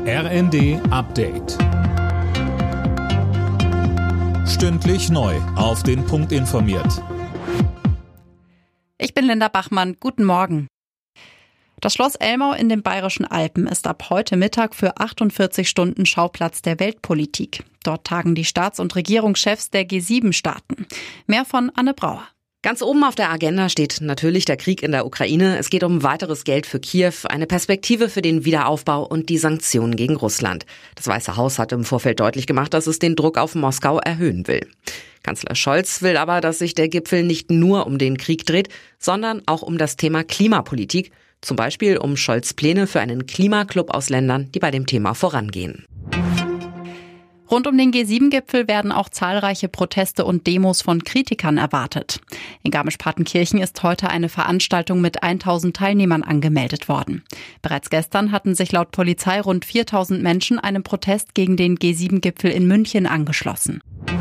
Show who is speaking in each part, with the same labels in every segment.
Speaker 1: RND Update. Stündlich neu auf den Punkt informiert.
Speaker 2: Ich bin Linda Bachmann. Guten Morgen. Das Schloss Elmau in den Bayerischen Alpen ist ab heute Mittag für 48 Stunden Schauplatz der Weltpolitik. Dort tagen die Staats- und Regierungschefs der G7-Staaten. Mehr von Anne Brauer.
Speaker 3: Ganz oben auf der Agenda steht natürlich der Krieg in der Ukraine. Es geht um weiteres Geld für Kiew, eine Perspektive für den Wiederaufbau und die Sanktionen gegen Russland. Das Weiße Haus hat im Vorfeld deutlich gemacht, dass es den Druck auf Moskau erhöhen will. Kanzler Scholz will aber, dass sich der Gipfel nicht nur um den Krieg dreht, sondern auch um das Thema Klimapolitik. Zum Beispiel um Scholz' Pläne für einen Klimaklub aus Ländern, die bei dem Thema vorangehen.
Speaker 2: Rund um den G7-Gipfel werden auch zahlreiche Proteste und Demos von Kritikern erwartet. In Garmisch-Partenkirchen ist heute eine Veranstaltung mit 1000 Teilnehmern angemeldet worden. Bereits gestern hatten sich laut Polizei rund 4000 Menschen einem Protest gegen den G7-Gipfel in München angeschlossen.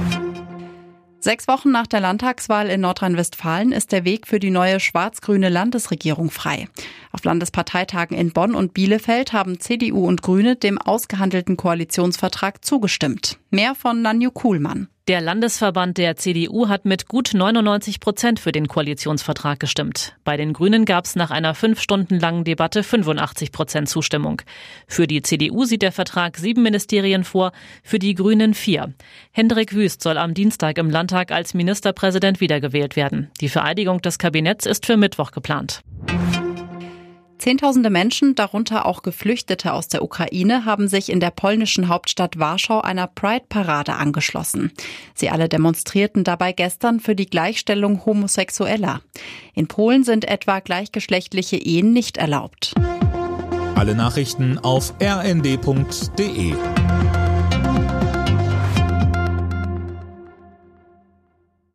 Speaker 2: 6 Wochen nach der Landtagswahl in Nordrhein-Westfalen ist der Weg für die neue schwarz-grüne Landesregierung frei. Auf Landesparteitagen in Bonn und Bielefeld haben CDU und Grüne dem ausgehandelten Koalitionsvertrag zugestimmt. Mehr von Nanju Kuhlmann.
Speaker 4: Der Landesverband der CDU hat mit gut 99% für den Koalitionsvertrag gestimmt. Bei den Grünen gab es nach einer 5 Stunden langen Debatte 85% Zustimmung. Für die CDU sieht der Vertrag 7 Ministerien vor, für die Grünen 4. Hendrik Wüst soll am Dienstag im Landtag als Ministerpräsident wiedergewählt werden. Die Vereidigung des Kabinetts ist für Mittwoch geplant.
Speaker 2: Zehntausende Menschen, darunter auch Geflüchtete aus der Ukraine, haben sich in der polnischen Hauptstadt Warschau einer Pride-Parade angeschlossen. Sie alle demonstrierten dabei gestern für die Gleichstellung Homosexueller. In Polen sind etwa gleichgeschlechtliche Ehen nicht erlaubt.
Speaker 1: Alle Nachrichten auf rnd.de.